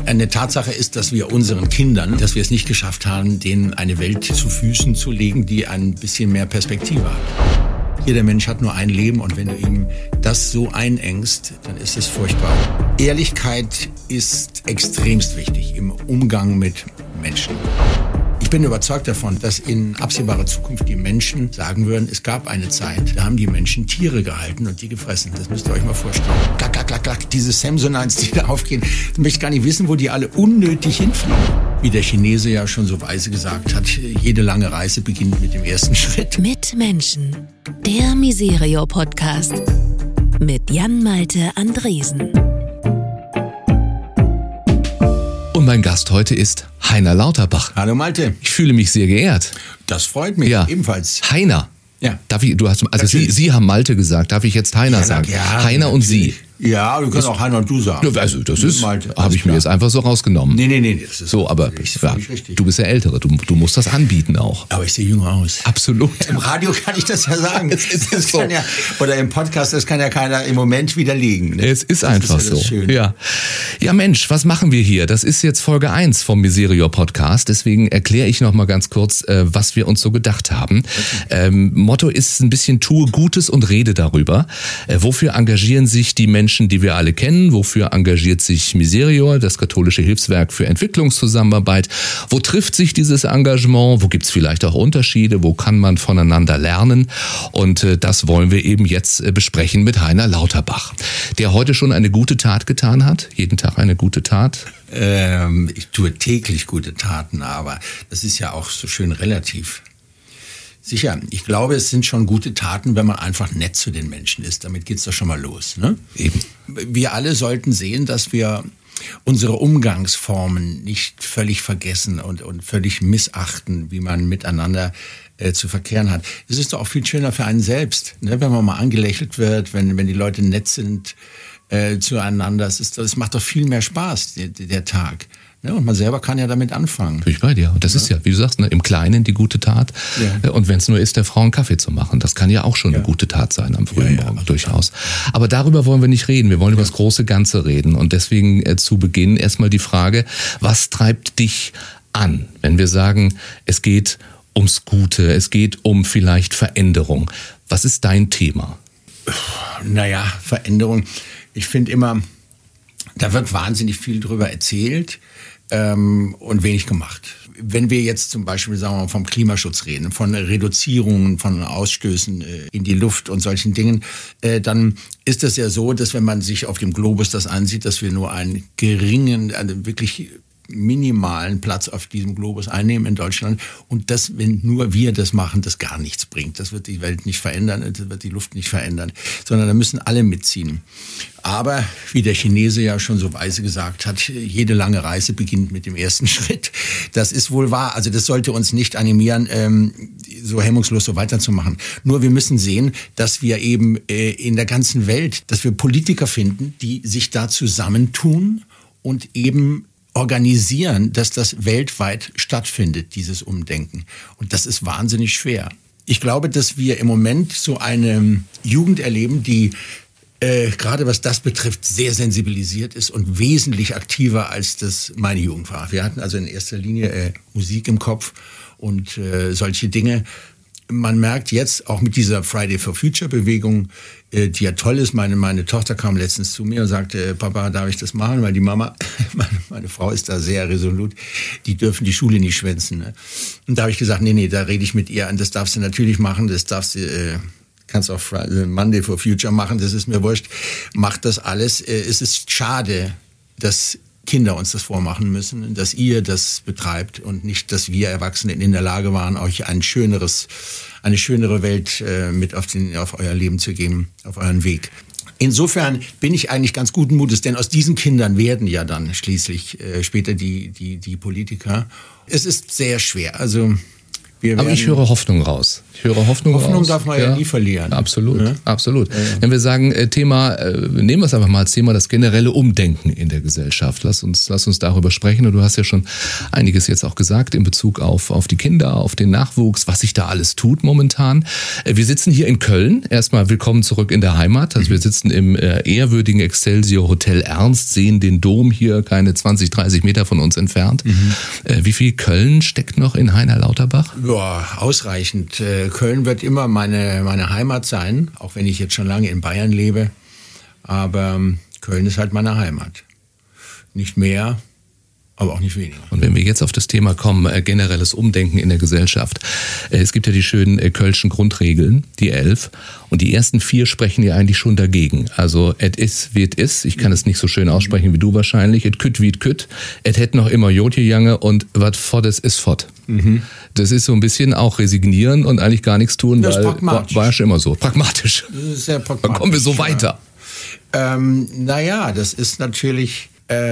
Eine Tatsache ist, dass wir unseren Kindern, dass wir es nicht geschafft haben, denen eine Welt zu Füßen zu legen, die ein bisschen mehr Perspektive hat. Jeder Mensch hat nur ein Leben und wenn du ihm das so einengst, dann ist es furchtbar. Ehrlichkeit ist extremst wichtig im Umgang mit Menschen. Ich bin überzeugt davon, dass in absehbarer Zukunft die Menschen sagen würden, es gab eine Zeit, da haben die Menschen Tiere gehalten und die gefressen. Das müsst ihr euch mal vorstellen. Klack, klack, klack, klack, diese Samsonines, die da aufgehen. Ich möchte gar nicht wissen, wo die alle unnötig hinfliegen. Wie der Chinese ja schon so weise gesagt hat, jede lange Reise beginnt mit dem ersten Schritt. Mit Menschen. Der Miserio-Podcast. Mit Jan-Malte Andresen. Und mein Gast heute ist Heiner Lauterbach. Hallo Malte. Ich fühle mich sehr geehrt. Das freut mich ebenfalls. Heiner. Ja. Darf ich, Sie haben Malte gesagt. Darf ich jetzt Heiner sagen? Ja, Heiner und Sie. Ja, du kannst auch Heiner und du sagen. Also das ist, Malte, habe ich mir jetzt einfach so rausgenommen. Nee, das ist so, aber völlig richtig. Du bist der Ältere, du musst das anbieten auch. Aber ich sehe jünger aus. Absolut. Im Radio kann ich das ja sagen. Das so. Kann ja, oder im Podcast, das kann ja keiner im Moment widerlegen. Ne? Es ist einfach ist ja so. Schön. Ja, Mensch, was machen wir hier? Das ist jetzt Folge 1 vom Miserio-Podcast. Deswegen erkläre ich noch mal ganz kurz, was wir uns so gedacht haben. Okay. Motto ist ein bisschen tue Gutes und rede darüber. Wofür engagieren sich die Menschen, die wir alle kennen? Wofür engagiert sich Miserio, das katholische Hilfswerk für Entwicklungszusammenarbeit? Wo trifft sich dieses Engagement? Wo gibt es vielleicht auch Unterschiede? Wo kann man voneinander lernen? Und das wollen wir eben jetzt besprechen mit Heiner Lauterbach, der heute schon eine gute Tat getan hat. Jeden Tag eine gute Tat. Ich tue täglich gute Taten, aber das ist ja auch so schön relativ. Sicher, ich glaube, es sind schon gute Taten, wenn man einfach nett zu den Menschen ist. Damit geht's doch schon mal los, ne? Eben. Wir alle sollten sehen, dass wir unsere Umgangsformen nicht völlig vergessen und völlig missachten, wie man miteinander zu verkehren hat. Es ist doch auch viel schöner für einen selbst, ne? Wenn man mal angelächelt wird, wenn die Leute nett sind zueinander. Das macht doch viel mehr Spaß, der Tag. Ja, und man selber kann ja damit anfangen. Bin ich bei dir. Und das ist ja, wie du sagst, im Kleinen die gute Tat. Ja. Und wenn es nur ist, der Frau einen Kaffee zu machen, das kann ja auch schon eine gute Tat sein am frühen Morgen, durchaus. Aber darüber wollen wir nicht reden. Wir wollen über das große Ganze reden. Und deswegen zu Beginn erstmal die Frage, was treibt dich an, wenn wir sagen, es geht ums Gute, es geht um vielleicht Veränderung. Was ist dein Thema? Naja, Veränderung. Ich finde immer, da wird wahnsinnig viel drüber erzählt und wenig gemacht. Wenn wir jetzt zum Beispiel, sagen wir mal, vom Klimaschutz reden, von Reduzierungen, von Ausstößen in die Luft und solchen Dingen, dann ist es ja so, dass wenn man sich auf dem Globus das ansieht, dass wir nur einen geringen, wirklich minimalen Platz auf diesem Globus einnehmen in Deutschland und das, wenn nur wir das machen, das gar nichts bringt. Das wird die Welt nicht verändern, das wird die Luft nicht verändern, sondern da müssen alle mitziehen. Aber, wie der Chinese ja schon so weise gesagt hat, jede lange Reise beginnt mit dem ersten Schritt. Das ist wohl wahr. Also das sollte uns nicht animieren, so hemmungslos so weiterzumachen. Nur wir müssen sehen, dass wir eben in der ganzen Welt, dass wir Politiker finden, die sich da zusammentun und eben organisieren, dass das weltweit stattfindet, dieses Umdenken. Und das ist wahnsinnig schwer. Ich glaube, dass wir im Moment so eine Jugend erleben, die gerade was das betrifft, sehr sensibilisiert ist und wesentlich aktiver, als das meine Jugend war. Wir hatten also in erster Linie Musik im Kopf und solche Dinge. Man merkt jetzt auch mit dieser Friday for Future Bewegung, die ja toll ist. Meine Tochter kam letztens zu mir und sagte, Papa, darf ich das machen? Weil die Mama, meine Frau ist da sehr resolut, die dürfen die Schule nicht schwänzen. Ne? Und da habe ich gesagt, nee, da rede ich mit ihr an. Das darfst du natürlich machen, das darfst du, kannst auch Monday for Future machen, das ist mir wurscht. Mach das alles. Es ist schade, dass Kinder uns das vormachen müssen, dass ihr das betreibt und nicht, dass wir Erwachsenen in der Lage waren, euch eine schönere Welt mit auf euer Leben zu geben, auf euren Weg. Insofern bin ich eigentlich ganz guten Mutes, denn aus diesen Kindern werden ja dann schließlich später die Politiker. Es ist sehr schwer. Also Aber ich höre Hoffnung raus. Hoffnung darf man ja nie verlieren. Absolut, ja? Absolut. Wenn wir sagen, nehmen wir es einfach mal als Thema, das generelle Umdenken in der Gesellschaft. Lass uns darüber sprechen. Und du hast ja schon einiges jetzt auch gesagt in Bezug auf die Kinder, auf den Nachwuchs, was sich da alles tut momentan. Wir sitzen hier in Köln. Erstmal willkommen zurück in der Heimat. Also wir sitzen im ehrwürdigen Excelsior Hotel Ernst, sehen den Dom hier keine 20, 30 Meter von uns entfernt. Wie viel Köln steckt noch in Heiner Lauterbach? Ja, ausreichend. Köln wird immer meine Heimat sein, auch wenn ich jetzt schon lange in Bayern lebe. Aber Köln ist halt meine Heimat. Nicht mehr, aber auch nicht weniger. Und wenn wir jetzt auf das Thema kommen, generelles Umdenken in der Gesellschaft. Es gibt ja die schönen kölschen Grundregeln, die 11. Und die ersten 4 sprechen ja eigentlich schon dagegen. Also, et is, wie et is. Ich kann es nicht so schön aussprechen wie du wahrscheinlich. Et küt, wie et küt. Et het noch immer Jotje Jange und wat fort is fort. Das ist so ein bisschen auch resignieren und eigentlich gar nichts tun, das weil war ja schon immer so. Pragmatisch. Das ist sehr pragmatisch. Dann kommen wir so weiter. Das ist natürlich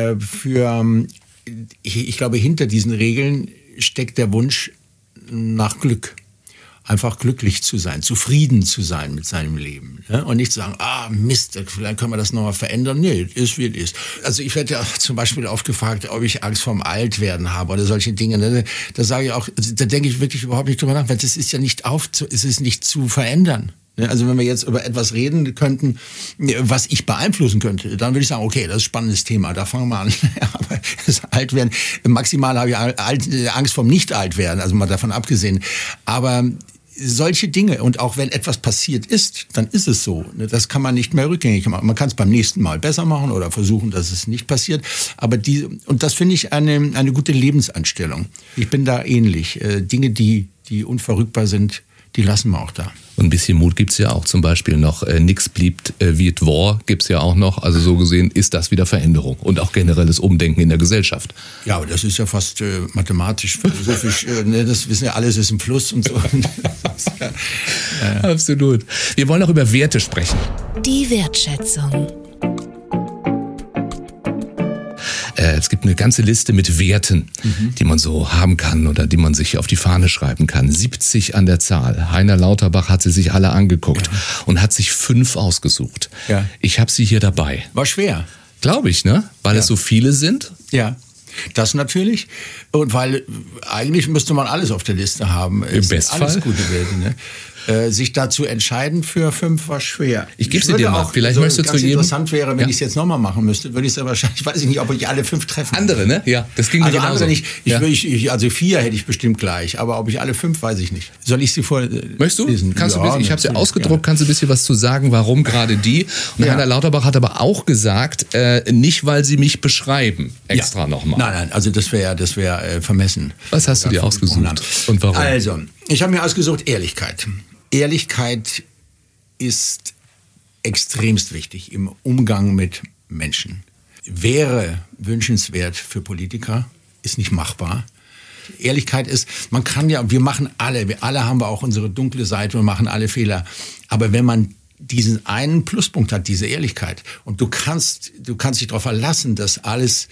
ich glaube, hinter diesen Regeln steckt der Wunsch nach Glück. Einfach glücklich zu sein, zufrieden zu sein mit seinem Leben. Ja? Und nicht zu sagen, Mist, vielleicht können wir das nochmal verändern. Nee, ist wie es ist. Also ich werde ja zum Beispiel oft gefragt, ob ich Angst vorm Altwerden habe oder solche Dinge. Da sage ich auch, da denke ich wirklich überhaupt nicht drüber nach, weil das ist ja nicht es ist nicht zu verändern. Also wenn wir jetzt über etwas reden könnten, was ich beeinflussen könnte, dann würde ich sagen, okay, das ist ein spannendes Thema, da fangen wir an. Aber das Altwerden, maximal habe ich Angst vorm Nicht-Altwerden, also mal davon abgesehen. Aber solche Dinge, und auch wenn etwas passiert ist, dann ist es so. Das kann man nicht mehr rückgängig machen. Man kann es beim nächsten Mal besser machen oder versuchen, dass es nicht passiert. Aber und das finde ich eine gute Lebenseinstellung. Ich bin da ähnlich. Dinge, die unverrückbar sind, die lassen wir auch da. Und ein bisschen Mut gibt's ja auch, zum Beispiel noch nix blieb wie et war, gibt's ja auch noch. Also so gesehen ist das wieder Veränderung und auch generelles Umdenken in der Gesellschaft. Ja, aber das ist ja fast mathematisch, philosophisch. Das wissen ja, alles ist im Fluss und so. Absolut. Wir wollen auch über Werte sprechen. Die Wertschätzung. Es gibt eine ganze Liste mit Werten, die man so haben kann oder die man sich auf die Fahne schreiben kann. 70 an der Zahl. Heiner Lauterbach hat sie sich alle angeguckt und hat sich 5 ausgesucht. Ja. Ich habe sie hier dabei. War schwer. Glaube ich, ne? Weil es so viele sind. Ja. Das natürlich. Und weil eigentlich müsste man alles auf der Liste haben. Im Bestfall. Alles gute Werte, ne? Sich dazu entscheiden für 5 war schwer. Ich gebe sie dir mal. Vielleicht möchtest du zu jedem. Interessant wäre, wenn ich es jetzt nochmal machen müsste, würde ich es ja wahrscheinlich, weiß ich nicht, ob ich alle 5 treffen. Andere, ne? Ja, das ging mir genauso. Andere nicht. Also 4 hätte ich bestimmt gleich, aber ob ich alle 5, weiß ich nicht. Soll ich sie vorlesen? Möchtest du? Kannst du ein bisschen, ich habe sie ausgedruckt, kannst du ein bisschen was zu sagen, warum gerade die? Und Heiner Lauterbach hat aber auch gesagt, nicht weil sie mich beschreiben, extra nochmal. Nein, also das wäre vermessen. Was hast du dir ausgesucht und warum? Also, ich habe mir ausgesucht Ehrlichkeit. Ehrlichkeit ist extremst wichtig im Umgang mit Menschen. Wäre wünschenswert für Politiker, ist nicht machbar. Ehrlichkeit ist, wir alle haben wir auch unsere dunkle Seite und machen alle Fehler. Aber wenn man diesen einen Pluspunkt hat, diese Ehrlichkeit, und du kannst dich darauf verlassen, dass alles,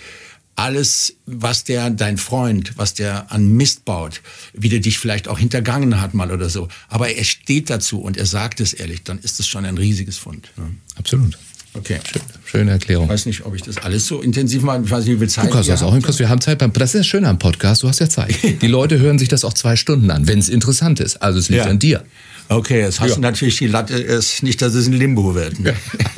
was dein Freund, was der an Mist baut, wie der dich vielleicht auch hintergangen hat mal oder so, aber er steht dazu und er sagt es ehrlich, dann ist das schon ein riesiges Fund. Ja. Absolut. Okay. Schöne Erklärung. Ich weiß nicht, ob ich das alles so intensiv mache. Ich weiß nicht, wie viel Zeit du kannst das auch hinkriegen. Wir haben Zeit. Das ist das Schöne am Podcast. Du hast ja Zeit. Die Leute hören sich das auch 2 Stunden an, wenn es interessant ist. Also es liegt an dir. Okay, jetzt hast du natürlich die Latte, ist nicht, dass es ein Limbo wird. Ne?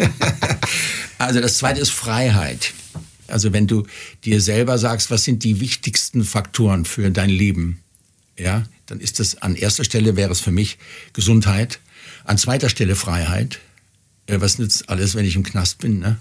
Also das Zweite ist Freiheit. Also wenn du dir selber sagst, was sind die wichtigsten Faktoren für dein Leben, ja, dann ist das an erster Stelle wäre es für mich Gesundheit, an zweiter Stelle Freiheit. Was nützt alles, wenn ich im Knast bin, ne?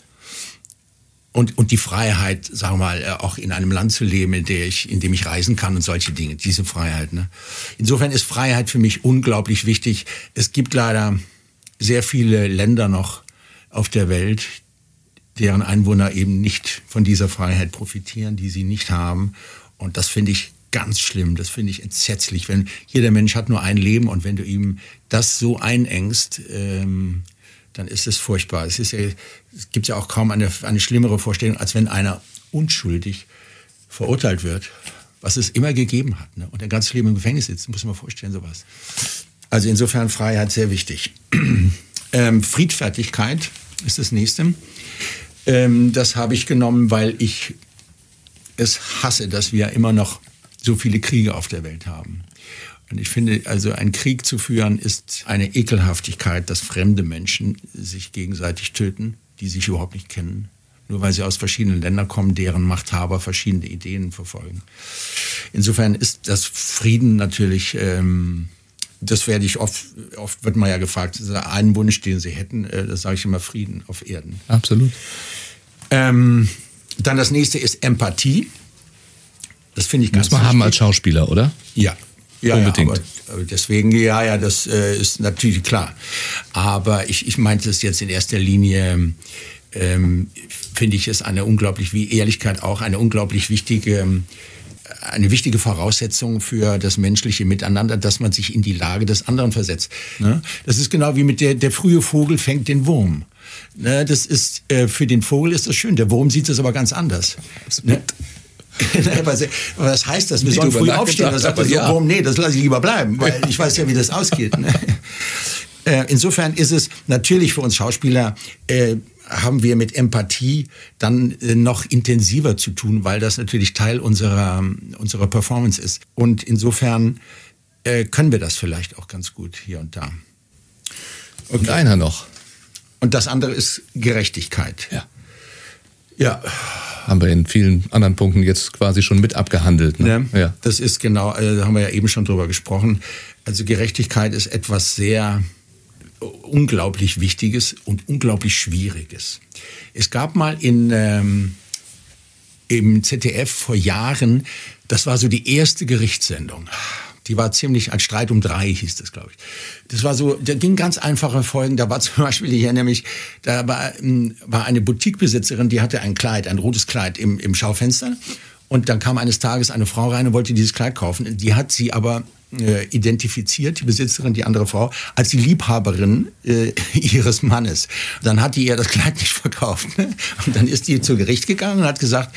Und die Freiheit, sagen wir mal, auch in einem Land zu leben, in dem ich reisen kann und solche Dinge, diese Freiheit, ne? Insofern ist Freiheit für mich unglaublich wichtig. Es gibt leider sehr viele Länder noch auf der Welt, deren Einwohner eben nicht von dieser Freiheit profitieren, die sie nicht haben. Und das finde ich ganz schlimm, das finde ich entsetzlich. Wenn jeder Mensch hat nur ein Leben und wenn du ihm das so einengst, dann ist es furchtbar. Es gibt ja auch kaum eine schlimmere Vorstellung, als wenn einer unschuldig verurteilt wird, was es immer gegeben hat. Ne? Und ein ganzes Leben im Gefängnis sitzt, muss man vorstellen, sowas. Also insofern Freiheit sehr wichtig. Friedfertigkeit ist das nächste. Das habe ich genommen, weil ich es hasse, dass wir immer noch so viele Kriege auf der Welt haben. Und ich finde, also einen Krieg zu führen ist eine Ekelhaftigkeit, dass fremde Menschen sich gegenseitig töten, die sich überhaupt nicht kennen. Nur weil sie aus verschiedenen Ländern kommen, deren Machthaber verschiedene Ideen verfolgen. Insofern ist das Frieden natürlich, das werde ich oft wird man ja gefragt, einen Wunsch, den Sie hätten, das sage ich immer, Frieden auf Erden. Absolut. Dann das nächste ist Empathie. Das finde ich ganz wichtig. Muss man haben als Schauspieler, oder? Ja. Ja, unbedingt. Aber deswegen, das ist natürlich klar. Aber ich meinte es jetzt in erster Linie, finde ich es wie Ehrlichkeit auch eine unglaublich wichtige Voraussetzung für das menschliche Miteinander, dass man sich in die Lage des anderen versetzt. Ne? Das ist genau wie mit der frühe Vogel fängt den Wurm. Ne? Das ist, für den Vogel ist das schön, der Wurm sieht das aber ganz anders. Ne? Was heißt das? Wir sollen früh aufstehen. Da sagt der Wurm, nee, das lasse ich lieber bleiben, weil ich weiß ja, wie das ausgeht. Ne? Insofern ist es natürlich für uns Schauspieler, haben wir mit Empathie dann noch intensiver zu tun, weil das natürlich Teil unserer Performance ist. Und insofern können wir das vielleicht auch ganz gut hier und da. Okay. Und einer noch. Und das andere ist Gerechtigkeit. Ja. Haben wir in vielen anderen Punkten jetzt quasi schon mit abgehandelt. Ne? Ja. Das ist genau, da haben wir ja eben schon drüber gesprochen. Also Gerechtigkeit ist etwas sehr unglaublich Wichtiges und unglaublich Schwieriges. Es gab mal im ZDF vor Jahren, das war so die erste Gerichtssendung. Die war ziemlich, ein Streit um 3 hieß das, glaube ich. Das war so, da ging ganz einfache Folgen. Da war zum Beispiel hier nämlich, da war eine Boutiquebesitzerin, die hatte ein rotes Kleid im Schaufenster. Und dann kam eines Tages eine Frau rein und wollte dieses Kleid kaufen. Die hat sie aber identifiziert, die Besitzerin, die andere Frau, als die Liebhaberin ihres Mannes. Dann hat die ihr das Kleid nicht verkauft. Ne? Und dann ist die zu Gericht gegangen und hat gesagt,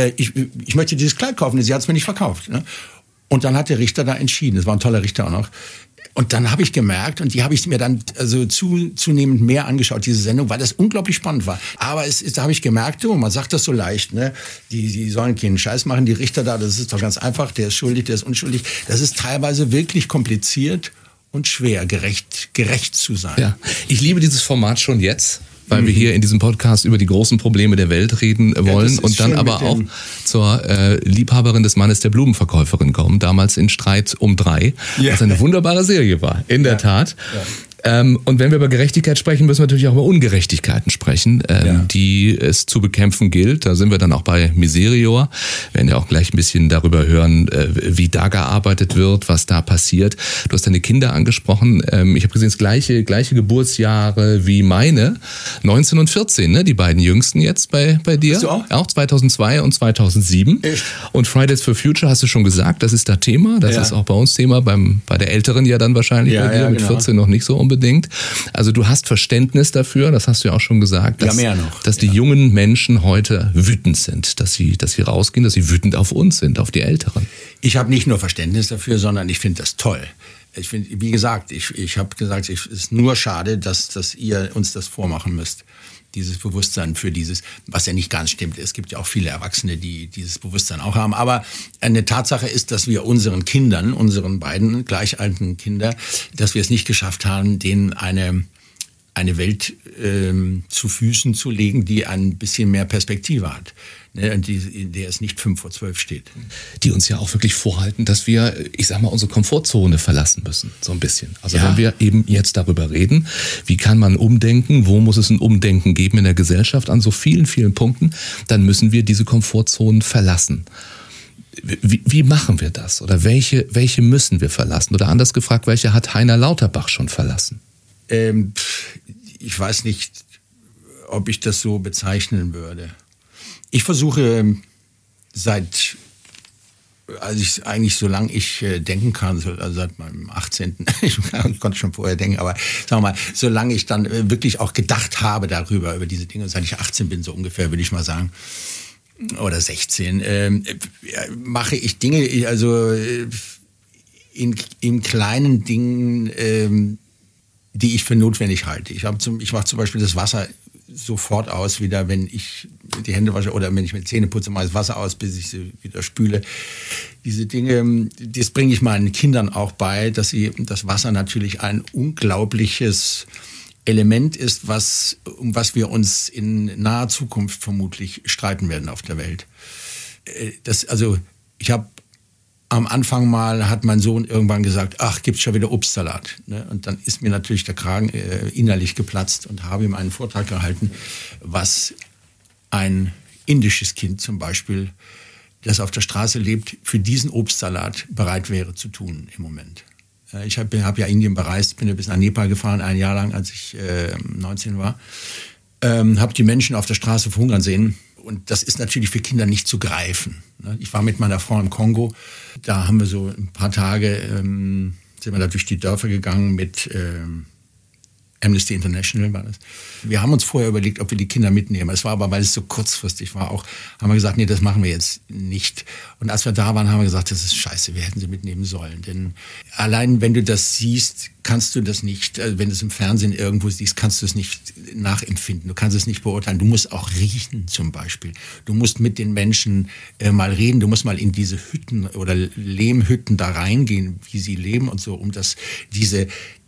ich möchte dieses Kleid kaufen. Sie hat es mir nicht verkauft. Ne? Und dann hat der Richter da entschieden. Das war ein toller Richter auch noch. Und dann habe ich gemerkt, und die habe ich mir dann also zunehmend mehr angeschaut, diese Sendung, weil das unglaublich spannend war. Aber da habe ich gemerkt, man sagt das so leicht, ne? Die sollen keinen Scheiß machen, die Richter da, das ist doch ganz einfach, der ist schuldig, der ist unschuldig. Das ist teilweise wirklich kompliziert und schwer, gerecht zu sein. Ja, ich liebe dieses Format schon jetzt, weil wir hier in diesem Podcast über die großen Probleme der Welt reden wollen und dann aber auch zur Liebhaberin des Mannes der Blumenverkäuferin kommen, damals in Streit um 3, was eine wunderbare Serie war, in der Tat. Ja. Und wenn wir über Gerechtigkeit sprechen, müssen wir natürlich auch über Ungerechtigkeiten sprechen, die es zu bekämpfen gilt. Da sind wir dann auch bei Miserior. Wir werden ja auch gleich ein bisschen darüber hören, wie da gearbeitet wird, was da passiert. Du hast deine Kinder angesprochen. Ich habe gesehen, das gleiche Geburtsjahre wie meine. 19 und 14, ne? Die beiden jüngsten jetzt bei dir. Hast du auch? Auch 2002 und 2007. Echt? Und Fridays for Future hast du schon gesagt, das ist da Thema. Das ist auch bei uns Thema, bei der Älteren ja dann wahrscheinlich bei dir, mit 14 noch nicht so unbedingt. Also du hast Verständnis dafür, das hast du ja auch schon gesagt, dass die jungen Menschen heute wütend sind, dass sie rausgehen, dass sie wütend auf uns sind, auf die Älteren. Ich habe nicht nur Verständnis dafür, sondern ich finde das toll. Ich finde, wie gesagt, ich habe gesagt, es ist nur schade, dass ihr uns das vormachen müsst. Dieses Bewusstsein für dieses, was ja nicht ganz stimmt. Es gibt ja auch viele Erwachsene, die dieses Bewusstsein auch haben. Aber eine Tatsache ist, dass wir unseren Kindern, unseren beiden gleich alten Kindern, dass wir es nicht geschafft haben, denen eine Welt zu Füßen zu legen, die ein bisschen mehr Perspektive hat. Ne, in der es nicht 11:55 steht. Die uns ja auch wirklich vorhalten, dass wir, ich sag mal, unsere Komfortzone verlassen müssen, so ein bisschen. Also wenn wir eben jetzt darüber reden, wie kann man umdenken, wo muss es ein Umdenken geben in der Gesellschaft an so vielen, vielen Punkten, dann müssen wir diese Komfortzonen verlassen. Wie machen wir das? Oder welche müssen wir verlassen? Oder anders gefragt, welche hat Heiner Lauterbach schon verlassen? Ich weiß nicht, ob ich das so bezeichnen würde. Ich versuche solange ich denken kann, also seit meinem 18. Ich konnte schon vorher denken, aber sagen wir mal, solange ich dann wirklich auch gedacht habe über diese Dinge, seit ich 18 bin, so ungefähr, würde ich mal sagen, oder 16, mache ich Dinge, also in kleinen Dingen, die ich für notwendig halte. Ich mache zum Beispiel das Wasser sofort aus wieder, wenn ich die Hände wasche oder wenn ich mir Zähne putze, mache ich das Wasser aus, bis ich sie wieder spüle. Diese Dinge, das bringe ich meinen Kindern auch bei, dass das Wasser natürlich ein unglaubliches Element ist, um was wir uns in naher Zukunft vermutlich streiten werden auf der Welt. Ich habe am Anfang mal, hat mein Sohn irgendwann gesagt, ach, gibt's schon wieder Obstsalat. Ne? Und dann ist mir natürlich der Kragen innerlich geplatzt und habe ihm einen Vortrag gehalten, was ein indisches Kind zum Beispiel, das auf der Straße lebt, für diesen Obstsalat bereit wäre zu tun im Moment. Ich hab ja Indien bereist, bin ja bis nach Nepal gefahren, ein Jahr lang, als ich 19 war. Habe die Menschen auf der Straße verhungern sehen. Und das ist natürlich für Kinder nicht zu greifen. Ich war mit meiner Frau im Kongo. Da haben wir so ein paar Tage, sind wir da durch die Dörfer gegangen mit Amnesty International war das. Wir haben uns vorher überlegt, ob wir die Kinder mitnehmen. Es war aber, weil es so kurzfristig war, haben wir gesagt, nee, das machen wir jetzt nicht. Und als wir da waren, haben wir gesagt, das ist scheiße, wir hätten sie mitnehmen sollen. Denn allein, wenn du das siehst, kannst du das nicht, wenn du es im Fernsehen irgendwo siehst, kannst du es nicht nachempfinden. Du kannst es nicht beurteilen. Du musst auch riechen zum Beispiel. Du musst mit den Menschen mal reden. Du musst mal in diese Hütten oder Lehmhütten da reingehen, wie sie leben und so, um diese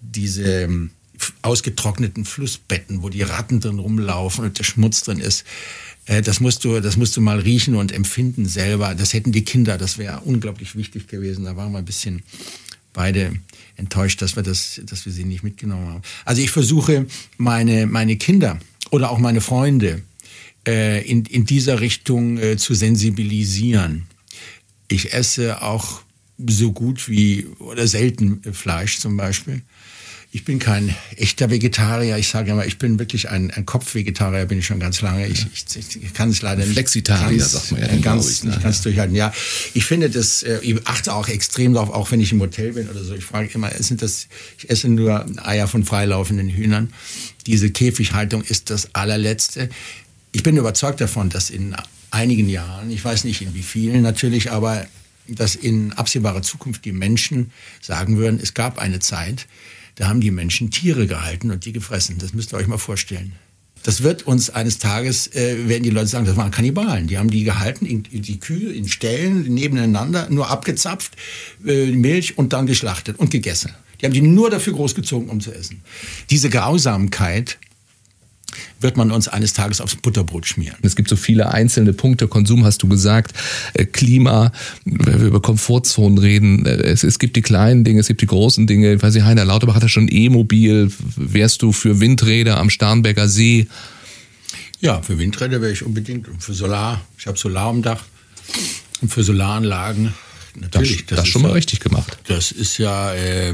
ausgetrockneten Flussbetten, wo die Ratten drin rumlaufen und der Schmutz drin ist. Das musst du mal riechen und empfinden selber. Das hätten die Kinder, das wäre unglaublich wichtig gewesen. Da waren wir ein bisschen beide enttäuscht, dass wir sie nicht mitgenommen haben. Also ich versuche meine Kinder oder auch meine Freunde in dieser Richtung zu sensibilisieren. Ich esse auch so gut wie oder selten Fleisch zum Beispiel. Ich bin kein echter Vegetarier. Ich sage immer, ich bin wirklich ein Kopfvegetarier, bin ich schon ganz lange. Ich kann es leider nicht. Flexitarier, sagt man ja. Nicht ganz durchhalten. Ja, ich finde das, ich achte auch extrem darauf, auch wenn ich im Hotel bin oder so. Ich frage immer, ich esse nur Eier von freilaufenden Hühnern. Diese Käfighaltung ist das allerletzte. Ich bin überzeugt davon, dass in einigen Jahren, ich weiß nicht in wie vielen natürlich, aber dass in absehbarer Zukunft die Menschen sagen würden, es gab eine Zeit, da haben die Menschen Tiere gehalten und die gefressen. Das müsst ihr euch mal vorstellen. Das wird uns eines Tages, werden die Leute sagen, das waren Kannibalen. Die haben die gehalten, die Kühe in Ställen nebeneinander, nur abgezapft, Milch und dann geschlachtet und gegessen. Die haben die nur dafür großgezogen, um zu essen. Diese Grausamkeit wird man uns eines Tages aufs Butterbrot schmieren. Es gibt so viele einzelne Punkte, Konsum hast du gesagt, Klima, wenn wir über Komfortzonen reden, es gibt die kleinen Dinge, es gibt die großen Dinge. Ich weiß nicht, Heiner Lauterbach hat ja schon ein E-Mobil, wärst du für Windräder am Starnberger See? Ja, für Windräder wäre ich unbedingt und für Solar, ich habe Solar am Dach und für Solaranlagen natürlich. Das ist schon mal richtig gemacht. Das ist ja, ich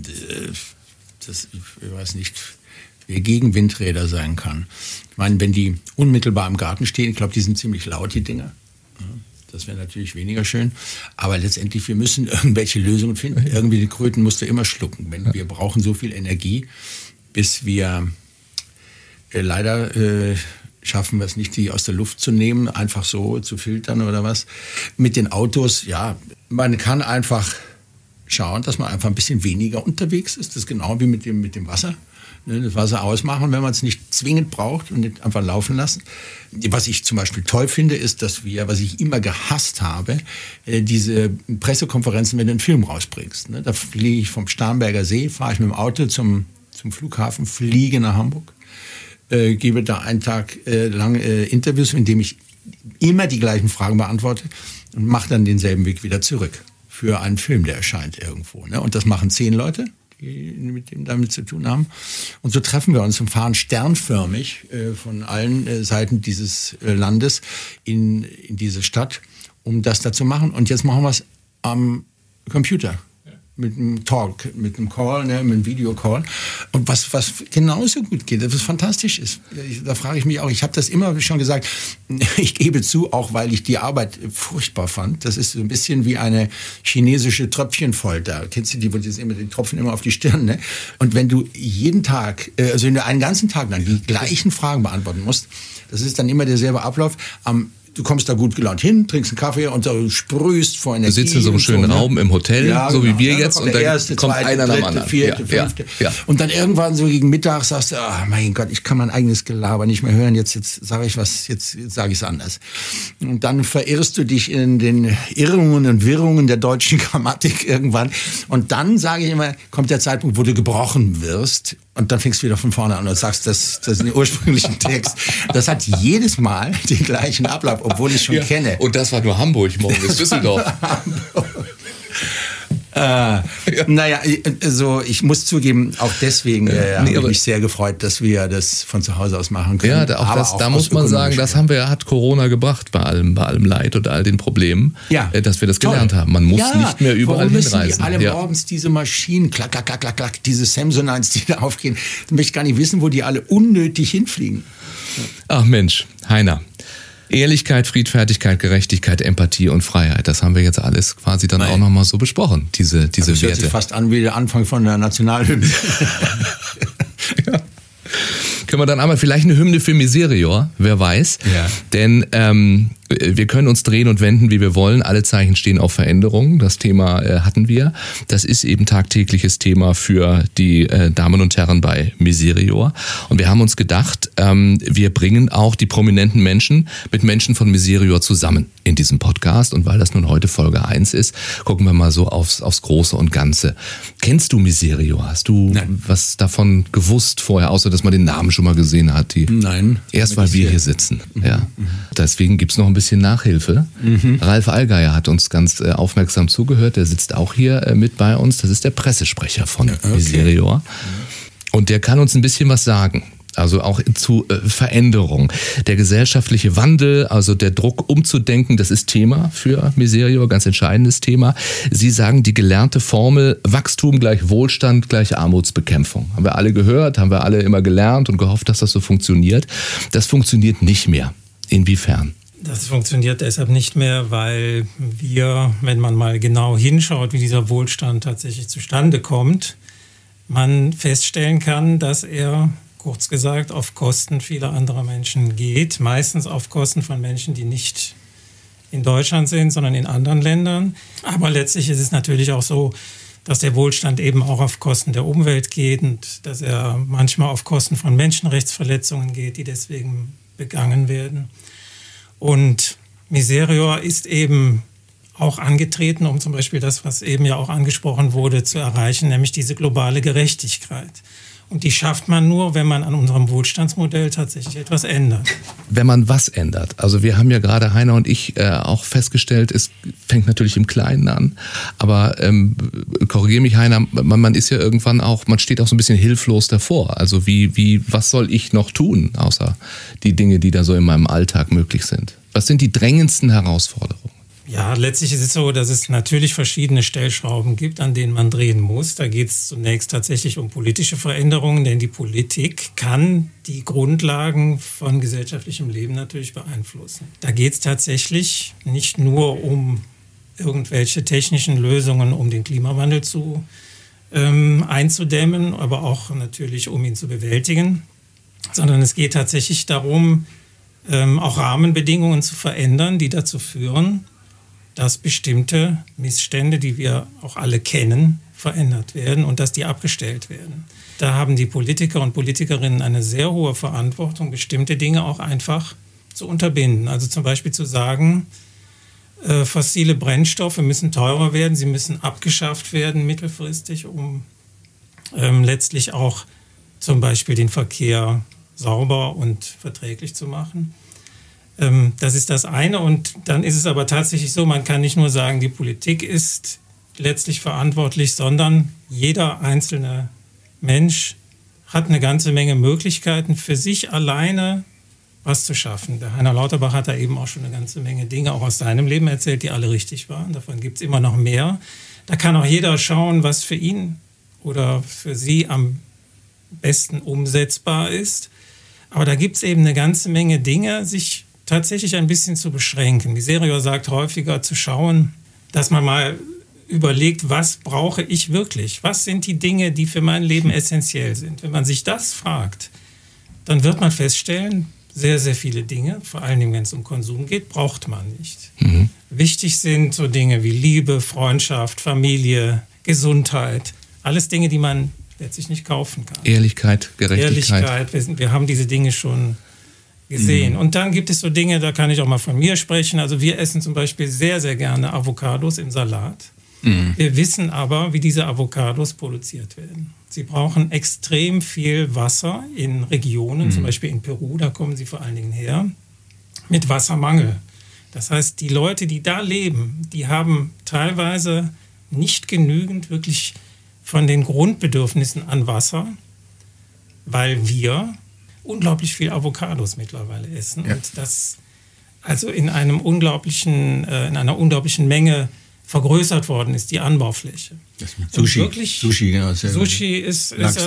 weiß nicht, wer gegen Windräder sein kann. Ich meine, wenn die unmittelbar im Garten stehen, ich glaube, die sind ziemlich laut, die Dinger. Das wäre natürlich weniger schön. Aber letztendlich, wir müssen irgendwelche Lösungen finden. Irgendwie die Kröten musst du immer schlucken. Wir brauchen so viel Energie, bis wir leider schaffen wir es nicht, die aus der Luft zu nehmen, einfach so zu filtern oder was. Mit den Autos, ja, man kann einfach schauen, dass man einfach ein bisschen weniger unterwegs ist. Das ist genau wie mit dem Wasser. Das Wasser ausmachen, wenn man es nicht zwingend braucht und nicht einfach laufen lassen. Was ich zum Beispiel toll finde, ist, dass was ich immer gehasst habe, diese Pressekonferenzen, wenn du einen Film rausbringst. Da fliege ich vom Starnberger See, fahre ich mit dem Auto zum Flughafen, fliege nach Hamburg, gebe da einen Tag lang Interviews, in dem ich immer die gleichen Fragen beantworte und mache dann denselben Weg wieder zurück für einen Film, der erscheint irgendwo. Und das machen 10 Leute. Die mit dem damit zu tun haben. Und so treffen wir uns und fahren sternförmig von allen Seiten dieses Landes in diese Stadt, um das da zu machen. Und jetzt machen wir es am Computer. Mit einem Talk, mit einem Call, mit einem Videocall. Und was genauso gut geht, was fantastisch ist. Da frage ich mich auch, ich habe das immer schon gesagt, ich gebe zu, auch weil ich die Arbeit furchtbar fand. Das ist so ein bisschen wie eine chinesische Tröpfchenfolter. Kennst du die, wo die tropfen immer auf die Stirn, ne? Und wenn du jeden Tag, also wenn du einen ganzen Tag lang die gleichen Fragen beantworten musst, das ist dann immer derselbe Ablauf. Am du kommst da gut gelaunt hin, trinkst einen Kaffee und du sprühst vor Energie. Du sitzt in so einem schönen Raum im Hotel, so genau, wie wir jetzt, und dann erste, kommt zweite, einer nach dem dritte, anderen. vierte, fünfte. Und dann irgendwann so gegen Mittag sagst du, mein Gott, ich kann mein eigenes Gelaber nicht mehr hören, jetzt sage ich was, jetzt sage ich es anders. Und dann verirrst du dich in den Irrungen und Wirrungen der deutschen Grammatik irgendwann. Und dann, sage ich immer, kommt der Zeitpunkt, wo du gebrochen wirst. Und dann fängst du wieder von vorne an und sagst, das ist den ursprünglichen Text. Das hat jedes Mal den gleichen Ablauf, obwohl ich schon kenne. Und das war nur Hamburg, morgen ist Düsseldorf. Naja, also ich muss zugeben, auch deswegen habe ich mich sehr gefreut, dass wir das von zu Hause aus machen können. Ja, auch da muss man sagen, das hat Corona gebracht bei allem Leid und all den Problemen, dass wir das gelernt haben. Man muss nicht mehr überall hinreisen. Warum müssen die alle morgens diese Maschinen, klack, klack, klack, klack, klack, diese Samsonines, die da aufgehen, dann möchte ich gar nicht wissen, wo die alle unnötig hinfliegen. Ach Mensch, Heiner. Ehrlichkeit, Friedfertigkeit, Gerechtigkeit, Empathie und Freiheit. Das haben wir jetzt alles quasi dann auch nochmal so besprochen, diese das Werte. Hört sich fast an wie der Anfang von der Nationalhymne. Ja. Können wir dann einmal vielleicht eine Hymne für Miserior, wer weiß. Ja. Denn wir können uns drehen und wenden, wie wir wollen. Alle Zeichen stehen auf Veränderung. Das Thema hatten wir. Das ist eben tagtägliches Thema für die Damen und Herren bei Miserior. Und wir haben uns gedacht, wir bringen auch die prominenten Menschen mit Menschen von Miserior zusammen in diesem Podcast. Und weil das nun heute Folge 1 ist, gucken wir mal so aufs Große und Ganze. Kennst du Miserior? Hast du was davon gewusst vorher, außer dass man den Namen schon mal gesehen hat? Nein. Erst weil wir hier sitzen. Ja. Deswegen gibt's noch ein bisschen Nachhilfe. Ralf Allgeier hat uns ganz aufmerksam zugehört. Der sitzt auch hier mit bei uns. Das ist der Pressesprecher von Miserior. Und der kann uns ein bisschen was sagen. Also auch zu Veränderung. Der gesellschaftliche Wandel, also der Druck umzudenken, das ist Thema für Miserior, ganz entscheidendes Thema. Sie sagen, die gelernte Formel Wachstum gleich Wohlstand gleich Armutsbekämpfung. Haben wir alle gehört, haben wir alle immer gelernt und gehofft, dass das so funktioniert. Das funktioniert nicht mehr. Inwiefern? Das funktioniert deshalb nicht mehr, weil wir, wenn man mal genau hinschaut, wie dieser Wohlstand tatsächlich zustande kommt, man feststellen kann, dass er, kurz gesagt, auf Kosten vieler anderer Menschen geht. Meistens auf Kosten von Menschen, die nicht in Deutschland sind, sondern in anderen Ländern. Aber letztlich ist es natürlich auch so, dass der Wohlstand eben auch auf Kosten der Umwelt geht und dass er manchmal auf Kosten von Menschenrechtsverletzungen geht, die deswegen begangen werden. Und Miserior ist eben auch angetreten, um zum Beispiel das, was eben ja auch angesprochen wurde, zu erreichen, nämlich diese globale Gerechtigkeit. Und die schafft man nur, wenn man an unserem Wohlstandsmodell tatsächlich etwas ändert. Wenn man was ändert. Also wir haben ja gerade, Heiner und ich, auch festgestellt, es fängt natürlich im Kleinen an. Aber korrigiere mich, Heiner, man ist ja irgendwann auch, man steht auch so ein bisschen hilflos davor. Also was soll ich noch tun, außer die Dinge, die da so in meinem Alltag möglich sind? Was sind die drängendsten Herausforderungen? Ja, letztlich ist es so, dass es natürlich verschiedene Stellschrauben gibt, an denen man drehen muss. Da geht es zunächst tatsächlich um politische Veränderungen, denn die Politik kann die Grundlagen von gesellschaftlichem Leben natürlich beeinflussen. Da geht es tatsächlich nicht nur um irgendwelche technischen Lösungen, um den Klimawandel einzudämmen, aber auch natürlich, um ihn zu bewältigen, sondern es geht tatsächlich darum, auch Rahmenbedingungen zu verändern, die dazu führen, dass bestimmte Missstände, die wir auch alle kennen, verändert werden und dass die abgestellt werden. Da haben die Politiker und Politikerinnen eine sehr hohe Verantwortung, bestimmte Dinge auch einfach zu unterbinden. Also zum Beispiel zu sagen, fossile Brennstoffe müssen teurer werden, sie müssen abgeschafft werden mittelfristig, um letztlich auch zum Beispiel den Verkehr sauber und verträglich zu machen. Das ist das eine. Und dann ist es aber tatsächlich so, man kann nicht nur sagen, die Politik ist letztlich verantwortlich, sondern jeder einzelne Mensch hat eine ganze Menge Möglichkeiten, für sich alleine was zu schaffen. Der Heiner Lauterbach hat da eben auch schon eine ganze Menge Dinge auch aus seinem Leben erzählt, die alle richtig waren. Davon gibt es immer noch mehr. Da kann auch jeder schauen, was für ihn oder für sie am besten umsetzbar ist. Aber da gibt es eben eine ganze Menge Dinge, sich tatsächlich ein bisschen zu beschränken. Miserior sagt häufiger zu schauen, dass man mal überlegt, was brauche ich wirklich? Was sind die Dinge, die für mein Leben essentiell sind? Wenn man sich das fragt, dann wird man feststellen, sehr, sehr viele Dinge, vor allen Dingen, wenn es um Konsum geht, braucht man nicht. Wichtig sind so Dinge wie Liebe, Freundschaft, Familie, Gesundheit, alles Dinge, die man letztlich nicht kaufen kann. Ehrlichkeit, Gerechtigkeit. Wir haben diese Dinge schon gesehen. Und dann gibt es so Dinge, da kann ich auch mal von mir sprechen. Also wir essen zum Beispiel sehr, sehr gerne Avocados im Salat. Wir wissen aber, wie diese Avocados produziert werden. Sie brauchen extrem viel Wasser in Regionen, zum Beispiel in Peru, da kommen sie vor allen Dingen her, mit Wassermangel. Das heißt, die Leute, die da leben, die haben teilweise nicht genügend wirklich von den Grundbedürfnissen an Wasser, weil wir unglaublich viel Avocados mittlerweile essen. Ja. Und das also in einer unglaublichen Menge vergrößert worden ist, die Anbaufläche. Das mit Sushi, genau. Sushi ist also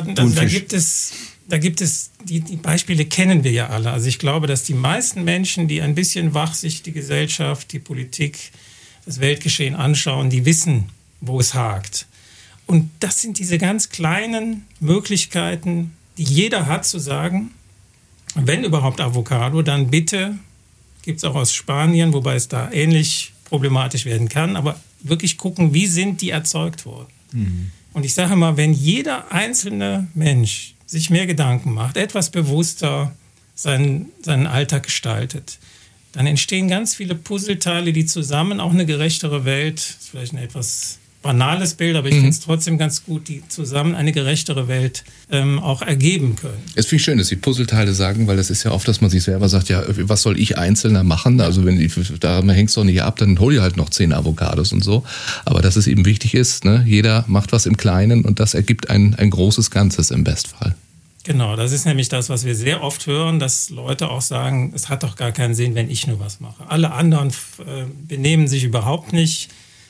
da gibt es die Beispiele kennen wir ja alle. Also ich glaube, dass die meisten Menschen, die ein bisschen wachsicht die Gesellschaft, die Politik, das Weltgeschehen anschauen, die wissen, wo es hakt. Und das sind diese ganz kleinen Möglichkeiten, die jeder hat, zu sagen, wenn überhaupt Avocado, dann bitte, gibt es auch aus Spanien, wobei es da ähnlich problematisch werden kann, aber wirklich gucken, wie sind die erzeugt worden. Und ich sage mal, wenn jeder einzelne Mensch sich mehr Gedanken macht, etwas bewusster seinen Alltag gestaltet, dann entstehen ganz viele Puzzleteile, die zusammen auch eine gerechtere Welt, das ist vielleicht ein etwas banales Bild, aber ich finde es trotzdem ganz gut, die zusammen eine gerechtere Welt auch ergeben können. Es finde ich schön, dass Sie Puzzleteile sagen, weil das ist ja oft, dass man sich selber sagt, ja, was soll ich Einzelner machen? Also da hängt es doch nicht ab, dann hol ich halt noch 10 Avocados und so. Aber dass es eben wichtig ist, ne? Jeder macht was im Kleinen und das ergibt ein großes Ganzes im Bestfall. Genau, das ist nämlich das, was wir sehr oft hören, dass Leute auch sagen, es hat doch gar keinen Sinn, wenn ich nur was mache. Alle anderen benehmen sich überhaupt nicht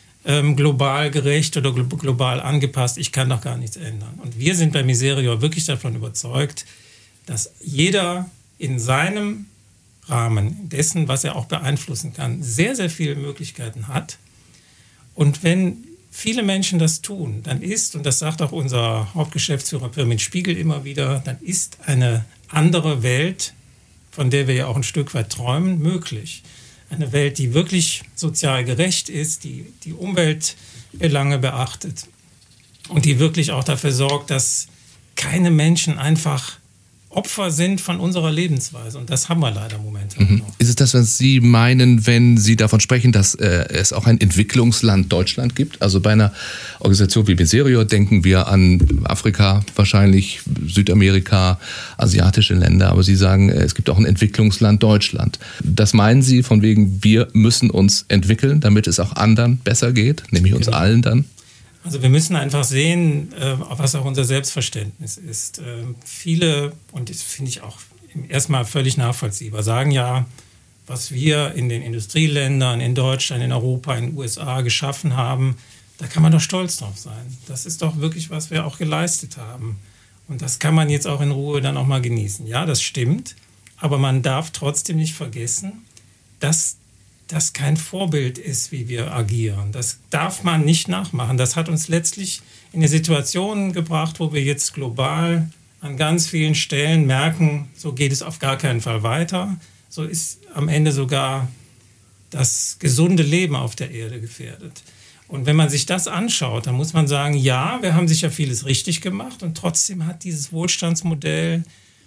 global gerecht oder global angepasst. Ich kann doch gar nichts ändern. Und wir sind bei Miserior wirklich davon überzeugt, dass jeder in seinem Rahmen dessen, was er auch beeinflussen kann, sehr, sehr viele Möglichkeiten hat. Und wenn viele Menschen das tun, dann ist, und das sagt auch unser Hauptgeschäftsführer Pirmin Spiegel immer wieder, dann ist eine andere Welt, von der wir ja auch ein Stück weit träumen, möglich. Eine Welt, die wirklich sozial gerecht ist, die Umweltbelange beachtet und die wirklich auch dafür sorgt, dass keine Menschen einfach Opfer sind von unserer Lebensweise. Und das haben wir leider momentan noch. Ist es das, was Sie meinen, wenn Sie davon sprechen, dass es auch ein Entwicklungsland Deutschland gibt? Also bei einer Organisation wie Miserior denken wir an Afrika, wahrscheinlich Südamerika, asiatische Länder. Aber Sie sagen, es gibt auch ein Entwicklungsland Deutschland. Das meinen Sie von wegen, wir müssen uns entwickeln, damit es auch anderen besser geht, nämlich uns allen dann? Also wir müssen einfach sehen, was auch unser Selbstverständnis ist. Viele, und das finde ich auch erstmal völlig nachvollziehbar, sagen ja, was wir in den Industrieländern, in Deutschland, in Europa, in den USA geschaffen haben, da kann man doch stolz drauf sein. Das ist doch wirklich, was wir auch geleistet haben. Und das kann man jetzt auch in Ruhe dann auch mal genießen. Ja, das stimmt, aber man darf trotzdem nicht vergessen, dass das kein Vorbild ist, wie wir agieren. Das darf man nicht nachmachen. Das hat uns letztlich in eine Situation gebracht, wo wir jetzt global an ganz vielen Stellen merken, so geht es auf gar keinen Fall weiter. So ist am Ende sogar das gesunde Leben auf der Erde gefährdet. Und wenn man sich das anschaut, dann muss man sagen, ja, wir haben sicher vieles richtig gemacht und trotzdem hat dieses Wohlstandsmodell,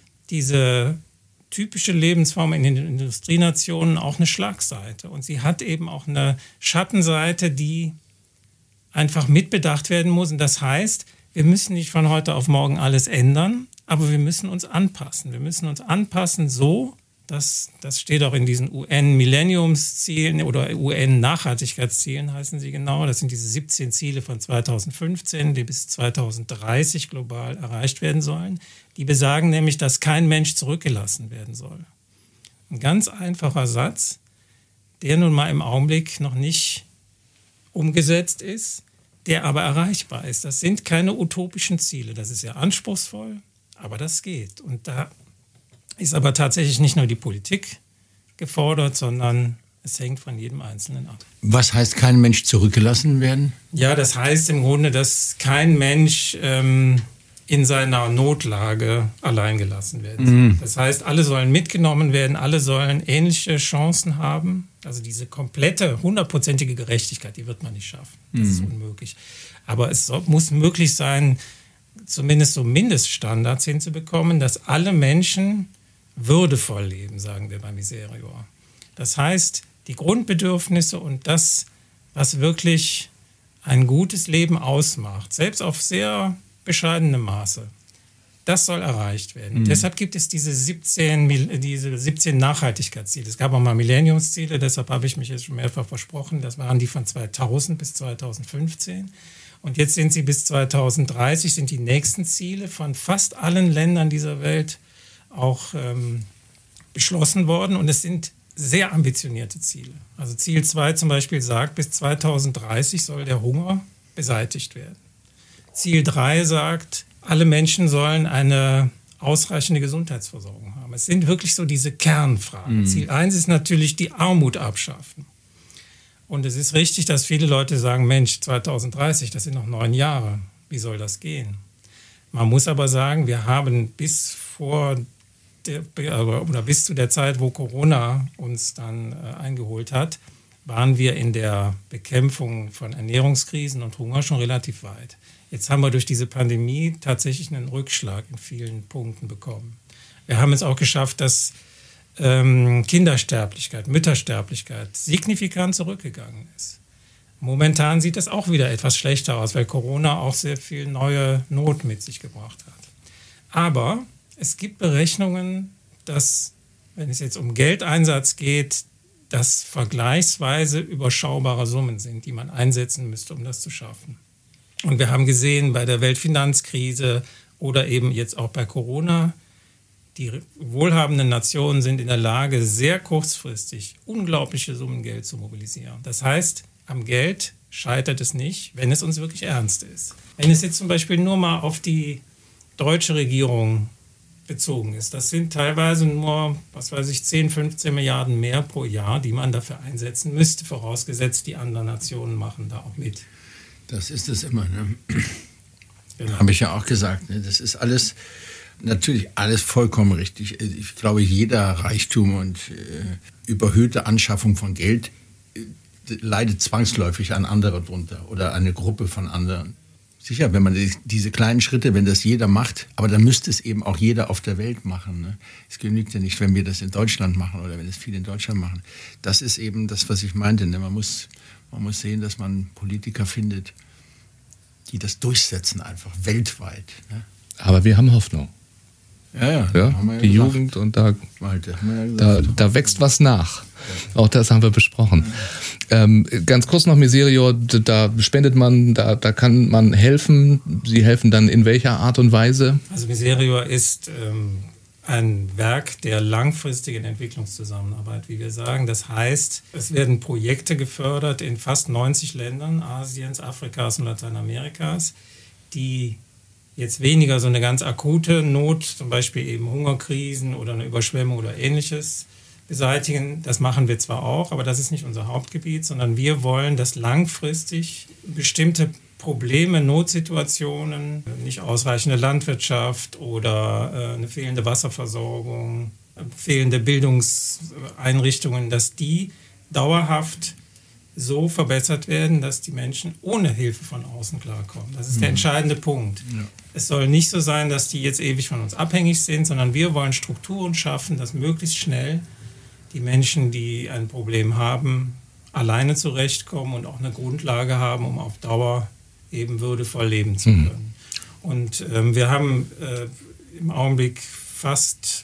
diese typische Lebensform in den Industrienationen auch eine Schlagseite. Und sie hat eben auch eine Schattenseite, die einfach mitbedacht werden muss. Und das heißt, wir müssen nicht von heute auf morgen alles ändern, aber wir müssen uns anpassen. Wir müssen uns anpassen so, das steht auch in diesen UN-Millenniumszielen oder UN-Nachhaltigkeitszielen heißen sie genau. Das sind diese 17 Ziele von 2015, die bis 2030 global erreicht werden sollen. Die besagen nämlich, dass kein Mensch zurückgelassen werden soll. Ein ganz einfacher Satz, der nun mal im Augenblick noch nicht umgesetzt ist, der aber erreichbar ist. Das sind keine utopischen Ziele. Das ist ja anspruchsvoll, aber das geht. Und da ist aber tatsächlich nicht nur die Politik gefordert, sondern es hängt von jedem Einzelnen ab. Was heißt, kein Mensch zurückgelassen werden? Ja, das heißt im Grunde, dass kein Mensch in seiner Notlage allein gelassen werden. Das heißt, alle sollen mitgenommen werden, alle sollen ähnliche Chancen haben. Also diese komplette, 100%ige Gerechtigkeit, die wird man nicht schaffen. Das ist unmöglich. Aber es muss möglich sein, zumindest so Mindeststandards hinzubekommen, dass alle Menschen würdevoll leben, sagen wir bei Miserior. Das heißt, die Grundbedürfnisse und das, was wirklich ein gutes Leben ausmacht, selbst auf sehr bescheidenem Maße, das soll erreicht werden. Deshalb gibt es diese 17 Nachhaltigkeitsziele. Es gab auch mal Millenniumsziele, deshalb habe ich mich jetzt schon mehrfach versprochen. Das waren die von 2000 bis 2015. Und jetzt sind sie bis 2030, sind die nächsten Ziele von fast allen Ländern dieser Welt auch beschlossen worden. Und es sind sehr ambitionierte Ziele. Also Ziel 2 zum Beispiel sagt, bis 2030 soll der Hunger beseitigt werden. Ziel 3 sagt, alle Menschen sollen eine ausreichende Gesundheitsversorgung haben. Es sind wirklich so diese Kernfragen. Ziel 1 ist natürlich die Armut abschaffen. Und es ist richtig, dass viele Leute sagen, Mensch, 2030, das sind noch 9 Jahre. Wie soll das gehen? Man muss aber sagen, wir haben bis zu der Zeit, wo Corona uns dann eingeholt hat, waren wir in der Bekämpfung von Ernährungskrisen und Hunger schon relativ weit. Jetzt haben wir durch diese Pandemie tatsächlich einen Rückschlag in vielen Punkten bekommen. Wir haben es auch geschafft, dass Kindersterblichkeit, Müttersterblichkeit signifikant zurückgegangen ist. Momentan sieht es auch wieder etwas schlechter aus, weil Corona auch sehr viel neue Not mit sich gebracht hat. Aber es gibt Berechnungen, dass, wenn es jetzt um Geldeinsatz geht, das vergleichsweise überschaubare Summen sind, die man einsetzen müsste, um das zu schaffen. Und wir haben gesehen bei der Weltfinanzkrise oder eben jetzt auch bei Corona, die wohlhabenden Nationen sind in der Lage, sehr kurzfristig unglaubliche Summen Geld zu mobilisieren. Das heißt, am Geld scheitert es nicht, wenn es uns wirklich ernst ist. Wenn es jetzt zum Beispiel nur mal auf die deutsche Regierung bezogen ist, das sind teilweise nur, 10, 15 Milliarden mehr pro Jahr, die man dafür einsetzen müsste, vorausgesetzt, die anderen Nationen machen da auch mit. Das ist es immer, ne? Genau. Habe ich ja auch gesagt. Ne? Das ist alles, natürlich alles vollkommen richtig. Ich glaube, jeder Reichtum und überhöhte Anschaffung von Geld leidet zwangsläufig an andere drunter oder eine Gruppe von anderen. Sicher, wenn man diese kleinen Schritte, wenn das jeder macht, aber dann müsste es eben auch jeder auf der Welt machen. Ne? Es genügt ja nicht, wenn wir das in Deutschland machen oder wenn es viele in Deutschland machen. Das ist eben das, was ich meinte. Ne? Man muss sehen, dass man Politiker findet, die das durchsetzen einfach weltweit. Ne? Aber wir haben Hoffnung. Ja, haben wir die gesagt. Jugend und da wächst was nach. Auch das haben wir besprochen. Ganz kurz noch Miserior, da spendet man, da kann man helfen. Sie helfen dann in welcher Art und Weise? Also Miserior ist ein Werk der langfristigen Entwicklungszusammenarbeit, wie wir sagen. Das heißt, es werden Projekte gefördert in fast 90 Ländern Asiens, Afrikas und Lateinamerikas, die jetzt weniger so eine ganz akute Not, zum Beispiel eben Hungerkrisen oder eine Überschwemmung oder Ähnliches beseitigen. Das machen wir zwar auch, aber das ist nicht unser Hauptgebiet, sondern wir wollen, dass langfristig bestimmte Probleme, Notsituationen, nicht ausreichende Landwirtschaft oder eine fehlende Wasserversorgung, fehlende Bildungseinrichtungen, dass die dauerhaft so verbessert werden, dass die Menschen ohne Hilfe von außen klarkommen. Das ist der entscheidende Punkt. Ja. Es soll nicht so sein, dass die jetzt ewig von uns abhängig sind, sondern wir wollen Strukturen schaffen, dass möglichst schnell die Menschen, die ein Problem haben, alleine zurechtkommen und auch eine Grundlage haben, um auf Dauer eben würdevoll leben zu können. Und wir haben im Augenblick fast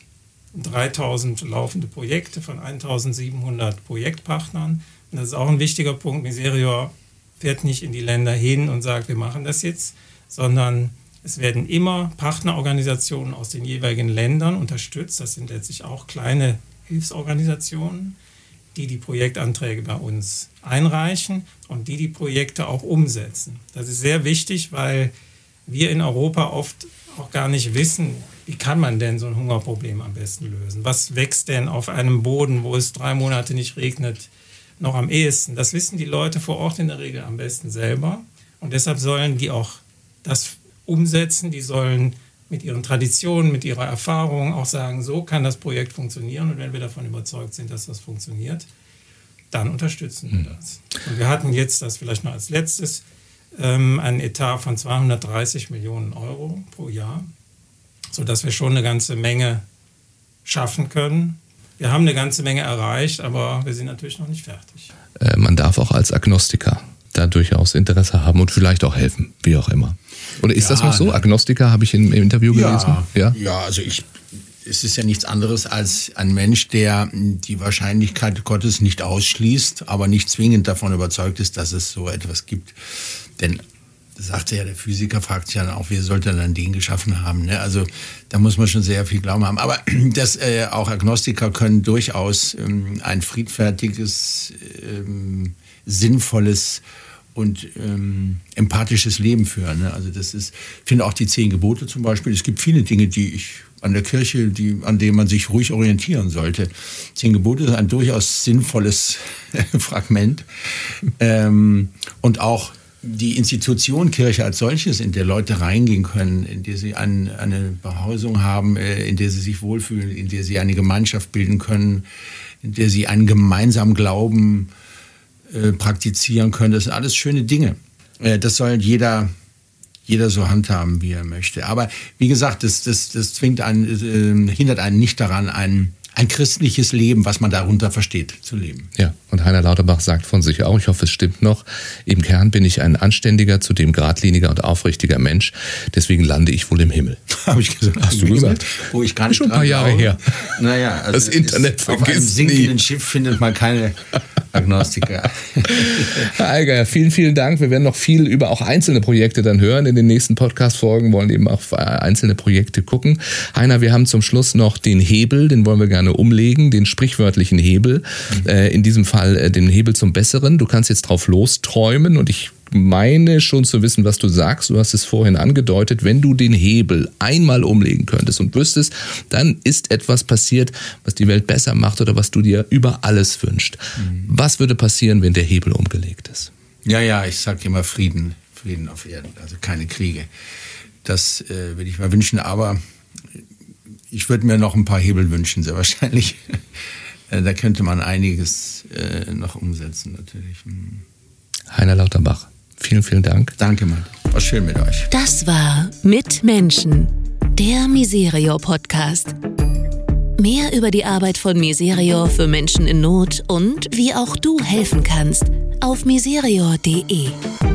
3000 laufende Projekte von 1700 Projektpartnern. Und das ist auch ein wichtiger Punkt. Miserior fährt nicht in die Länder hin und sagt, wir machen das jetzt, sondern es werden immer Partnerorganisationen aus den jeweiligen Ländern unterstützt. Das sind letztlich auch kleine Hilfsorganisationen, die Projektanträge bei uns einreichen und die Projekte auch umsetzen. Das ist sehr wichtig, weil wir in Europa oft auch gar nicht wissen, wie kann man denn so ein Hungerproblem am besten lösen? Was wächst denn auf einem Boden, wo es 3 Monate nicht regnet, noch am ehesten? Das wissen die Leute vor Ort in der Regel am besten selber. Und deshalb sollen die auch das umsetzen, die sollen mit ihren Traditionen, mit ihrer Erfahrung auch sagen, so kann das Projekt funktionieren. Und wenn wir davon überzeugt sind, dass das funktioniert, dann unterstützen wir das. Und wir hatten jetzt, das vielleicht noch als letztes, einen Etat von 230 Millionen Euro pro Jahr, sodass wir schon eine ganze Menge schaffen können. Wir haben eine ganze Menge erreicht, aber wir sind natürlich noch nicht fertig. Man darf auch als Agnostiker da durchaus Interesse haben und vielleicht auch helfen, wie auch immer. Oder ist das noch so? Agnostiker habe ich im Interview gelesen. Ja, also es ist ja nichts anderes als ein Mensch, der die Wahrscheinlichkeit Gottes nicht ausschließt, aber nicht zwingend davon überzeugt ist, dass es so etwas gibt. Denn, das sagte ja der Physiker, fragt sich ja auch, wie sollte er dann den geschaffen haben? Ne? Also da muss man schon sehr viel Glauben haben. Aber auch Agnostiker können durchaus ein friedfertiges, sinnvolles und empathisches Leben führen. Ne? Also das ist, ich finde auch die 10 Gebote zum Beispiel, es gibt viele Dinge, die ich an der Kirche, an denen man sich ruhig orientieren sollte. 10 Gebote ist ein durchaus sinnvolles Fragment. Und auch die Institution Kirche als solches, in der Leute reingehen können, in der sie eine Behausung haben, in der sie sich wohlfühlen, in der sie eine Gemeinschaft bilden können, in der sie einen gemeinsamen Glauben praktizieren können. Das sind alles schöne Dinge. Das soll jeder so handhaben, wie er möchte. Aber wie gesagt, das zwingt hindert einen nicht daran, ein christliches Leben, was man darunter versteht, zu leben. Ja, und Heiner Lauterbach sagt von sich auch, ich hoffe, es stimmt noch, im Kern bin ich ein anständiger, zudem geradliniger und aufrichtiger Mensch, deswegen lande ich wohl im Himmel. Habe ich gesagt. Hast du gesagt? Wo ich gar nicht schon ein paar Jahre her. Naja, also das Internet auf einem sinkenden Schiff findet man keine Agnostiker. Herr Allgeier, vielen, vielen Dank. Wir werden noch viel über auch einzelne Projekte dann hören. In den nächsten Podcast-Folgen wollen eben auch einzelne Projekte gucken. Heiner, wir haben zum Schluss noch den Hebel, den wollen wir gerne umlegen, den sprichwörtlichen Hebel. In diesem Fall den Hebel zum Besseren. Du kannst jetzt drauf losträumen und ich meine schon zu wissen, was du sagst. Du hast es vorhin angedeutet. Wenn du den Hebel einmal umlegen könntest und wüsstest, dann ist etwas passiert, was die Welt besser macht oder was du dir über alles wünschst. Was würde passieren, wenn der Hebel umgelegt ist? Ja, ich sage immer Frieden auf Erden, also keine Kriege. Das würde ich mir wünschen, aber ich würde mir noch ein paar Hebel wünschen, sehr wahrscheinlich. Da könnte man einiges noch umsetzen, natürlich. Heiner Lauterbach, vielen, vielen Dank. Danke, Mann. War schön mit euch. Das war Mit Menschen, der Miserio-Podcast. Mehr über die Arbeit von Miserio für Menschen in Not und wie auch du helfen kannst auf miserio.de.